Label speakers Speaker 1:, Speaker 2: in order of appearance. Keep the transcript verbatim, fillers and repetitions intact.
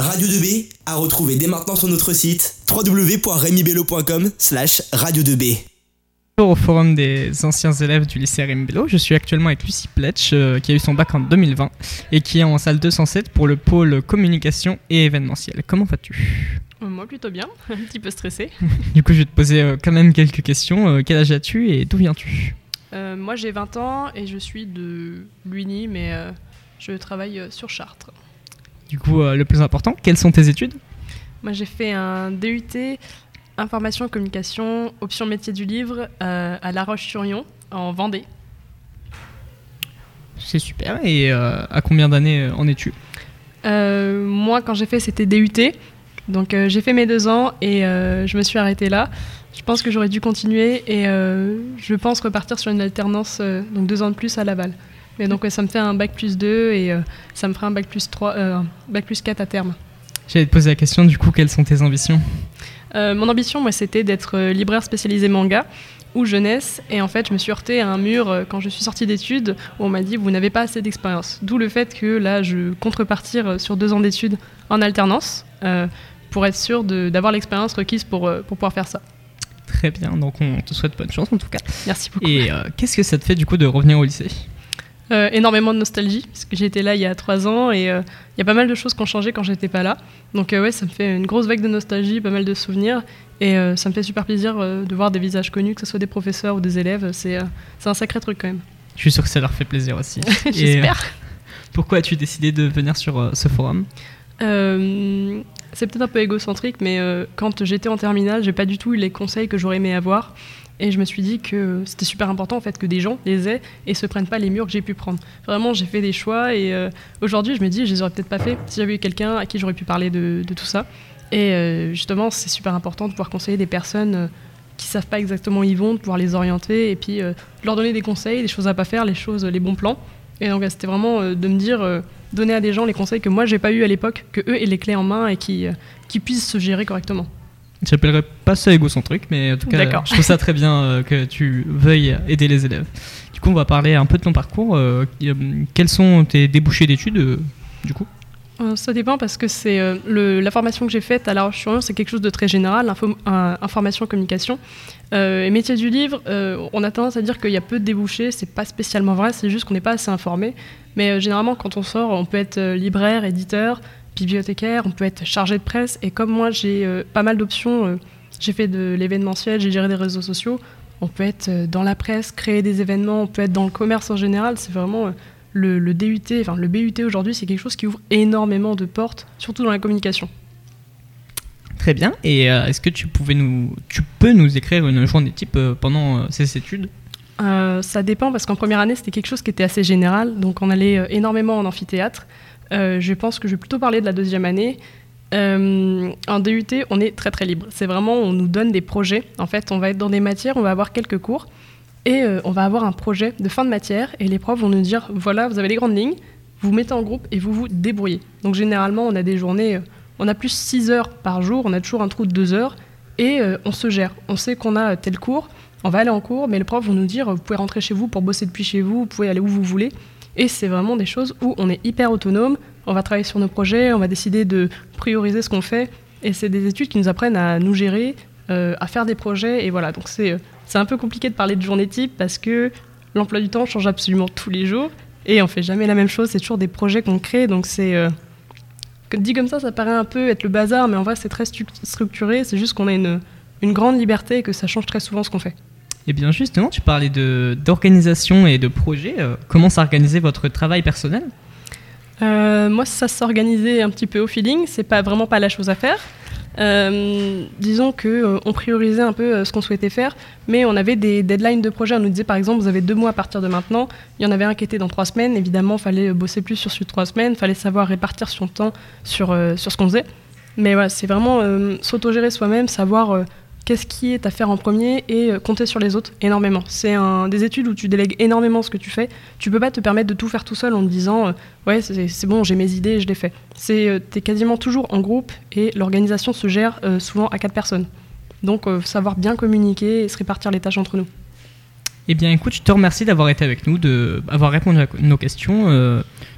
Speaker 1: Radio deux B, à retrouver dès maintenant sur notre site w w w point remy bello point com slash radio deux b.
Speaker 2: Au forum des anciens élèves du lycée Rémy Bello, je suis actuellement avec Lucie Pletch, euh, qui a eu son bac en deux mille vingt et qui est en salle deux cent sept pour le pôle communication et événementiel. Comment vas-tu ?
Speaker 3: Moi plutôt bien, un petit peu stressée.
Speaker 2: Du coup je vais te poser euh, quand même quelques questions. Euh, quel âge as-tu et d'où viens-tu ?
Speaker 3: euh, Moi j'ai vingt ans et je suis de Luigny, mais euh, je travaille euh, sur Chartres.
Speaker 2: Du coup euh, le plus important, quelles sont tes études ?
Speaker 3: Moi j'ai fait un D U T Information Communication, option métier du livre euh, à La Roche-sur-Yon, en Vendée.
Speaker 2: C'est super. Et euh, à combien d'années euh, en es-tu ?
Speaker 3: euh, Moi quand j'ai fait c'était D U T, donc euh, j'ai fait mes deux ans et euh, je me suis arrêtée là. Je pense que j'aurais dû continuer et euh, je pense repartir sur une alternance, euh, donc deux ans de plus à Laval. Mais donc ouais, ça me fait un bac plus deux et euh, ça me fera un bac plus trois, euh, bac plus quatre à terme.
Speaker 2: J'allais te poser la question, du coup, quelles sont tes ambitions ?
Speaker 3: Euh, mon ambition, moi, c'était d'être euh, libraire spécialisé manga ou jeunesse. Et en fait, je me suis heurtée à un mur euh, quand je suis sortie d'études où on m'a dit « vous n'avez pas assez d'expérience ». D'où le fait que là, je compte repartir sur deux ans d'études en alternance euh, pour être sûre de, d'avoir l'expérience requise pour, euh, pour pouvoir faire ça.
Speaker 2: Très bien, donc on te souhaite bonne chance en tout cas.
Speaker 3: Merci beaucoup.
Speaker 2: Et euh, qu'est-ce que ça te fait du coup de revenir au lycée ?
Speaker 3: Euh, énormément de nostalgie, parce que j'étais là il y a trois ans et il euh, y a pas mal de choses qui ont changé quand j'étais pas là. Donc euh, ouais, ça me fait une grosse vague de nostalgie, pas mal de souvenirs. Et euh, ça me fait super plaisir euh, de voir des visages connus, que ce soit des professeurs ou des élèves. C'est, euh, c'est un sacré truc quand même.
Speaker 2: Je suis sûr que ça leur fait plaisir aussi.
Speaker 3: J'espère.
Speaker 2: Et, euh, pourquoi as-tu décidé de venir sur euh, ce forum ?
Speaker 3: euh, C'est peut-être un peu égocentrique, mais euh, quand j'étais en terminale, j'ai pas du tout eu les conseils que j'aurais aimé avoir. Et je me suis dit que c'était super important en fait que des gens les aient et se prennent pas les murs que j'ai pu prendre. Vraiment, j'ai fait des choix et euh, aujourd'hui, je me dis, je les aurais peut-être pas fait si j'avais eu quelqu'un à qui j'aurais pu parler de, de tout ça. Et euh, justement, c'est super important de pouvoir conseiller des personnes euh, qui savent pas exactement où ils vont, de pouvoir les orienter et puis euh, leur donner des conseils, des choses à pas faire, les choses, les bons plans. Et donc, c'était vraiment euh, de me dire, euh, donner à des gens les conseils que moi j'ai pas eu à l'époque, que eux aient les clés en main et qui, euh, qui puissent se gérer correctement.
Speaker 2: J'appellerais pas ça égocentrique, mais en tout cas,
Speaker 3: D'accord.
Speaker 2: je trouve ça très bien euh, que tu veuilles aider les élèves. Du coup, on va parler un peu de ton parcours. Euh, quels sont tes débouchés d'études, euh, du coup ?
Speaker 3: euh, Ça dépend parce que c'est euh, le, la formation que j'ai faite à La Roche-sur-Yon, c'est quelque chose de très général, info, euh, information, communication. Euh, et métier du livre, euh, on a tendance à dire qu'il y a peu de débouchés, c'est pas spécialement vrai, c'est juste qu'on n'est pas assez informé. Mais euh, généralement, quand on sort, on peut être euh, libraire, éditeur, bibliothécaire, on peut être chargé de presse. Et comme moi, j'ai euh, pas mal d'options, euh, j'ai fait de l'événementiel, j'ai géré des réseaux sociaux, on peut être euh, dans la presse, créer des événements, on peut être dans le commerce en général. C'est vraiment euh, le, le D U T, enfin le B U T aujourd'hui, c'est quelque chose qui ouvre énormément de portes, surtout dans la communication.
Speaker 2: Très bien. Et euh, est-ce que tu, pouvais nous, tu peux nous écrire une journée type euh, pendant euh, ces études ?
Speaker 3: euh, Ça dépend, parce qu'en première année, c'était quelque chose qui était assez général. Donc on allait euh, énormément en amphithéâtre. Euh, je pense que je vais plutôt parler de la deuxième année. Euh, en D U T, on est très très libre. C'est vraiment, on nous donne des projets. En fait, on va être dans des matières, on va avoir quelques cours et euh, on va avoir un projet de fin de matière et les profs vont nous dire, voilà, vous avez les grandes lignes, vous vous mettez en groupe et vous vous débrouillez. Donc généralement, on a des journées, euh, on a plus six heures par jour, on a toujours un trou de deux heures et euh, on se gère. On sait qu'on a tel cours, on va aller en cours, mais les profs vont nous dire, vous pouvez rentrer chez vous pour bosser depuis chez vous, vous pouvez aller où vous voulez. Et c'est vraiment des choses où on est hyper autonome, on va travailler sur nos projets, on va décider de prioriser ce qu'on fait. Et c'est des études qui nous apprennent à nous gérer, euh, à faire des projets. Et voilà, donc c'est, c'est un peu compliqué de parler de journée type parce que l'emploi du temps change absolument tous les jours. Et on ne fait jamais la même chose, c'est toujours des projets qu'on crée. Donc c'est, euh, dit comme ça, ça paraît un peu être le bazar, mais en vrai c'est très structuré. C'est juste qu'on a une, une grande liberté et que ça change très souvent ce qu'on fait.
Speaker 2: Eh bien justement, tu parlais de, d'organisation et de projet. Euh, comment s'organiser votre travail personnel ?
Speaker 3: euh, Moi, ça s'organisait un petit peu au feeling. C'est pas vraiment pas la chose à faire. Euh, disons qu'on euh, priorisait un peu euh, ce qu'on souhaitait faire, mais on avait des deadlines de projet. On nous disait par exemple, vous avez deux mois à partir de maintenant. Il y en avait un qui était dans trois semaines. Évidemment, il fallait bosser plus sur ces trois semaines. Il fallait savoir répartir son temps sur, euh, sur ce qu'on faisait. Mais voilà, c'est vraiment euh, s'autogérer soi-même, savoir... Euh, qu'est-ce qui est à faire en premier et euh, compter sur les autres énormément. C'est un, des études où tu délègues énormément ce que tu fais. Tu peux pas te permettre de tout faire tout seul en te disant euh, ouais c'est, c'est bon, j'ai mes idées et je les fais. C'est, euh, t'es quasiment toujours en groupe et l'organisation se gère euh, souvent à quatre personnes. Donc euh, savoir bien communiquer et se répartir les tâches entre nous.
Speaker 2: Eh bien écoute, je te remercie d'avoir été avec nous, d'avoir répondu à nos questions. Euh,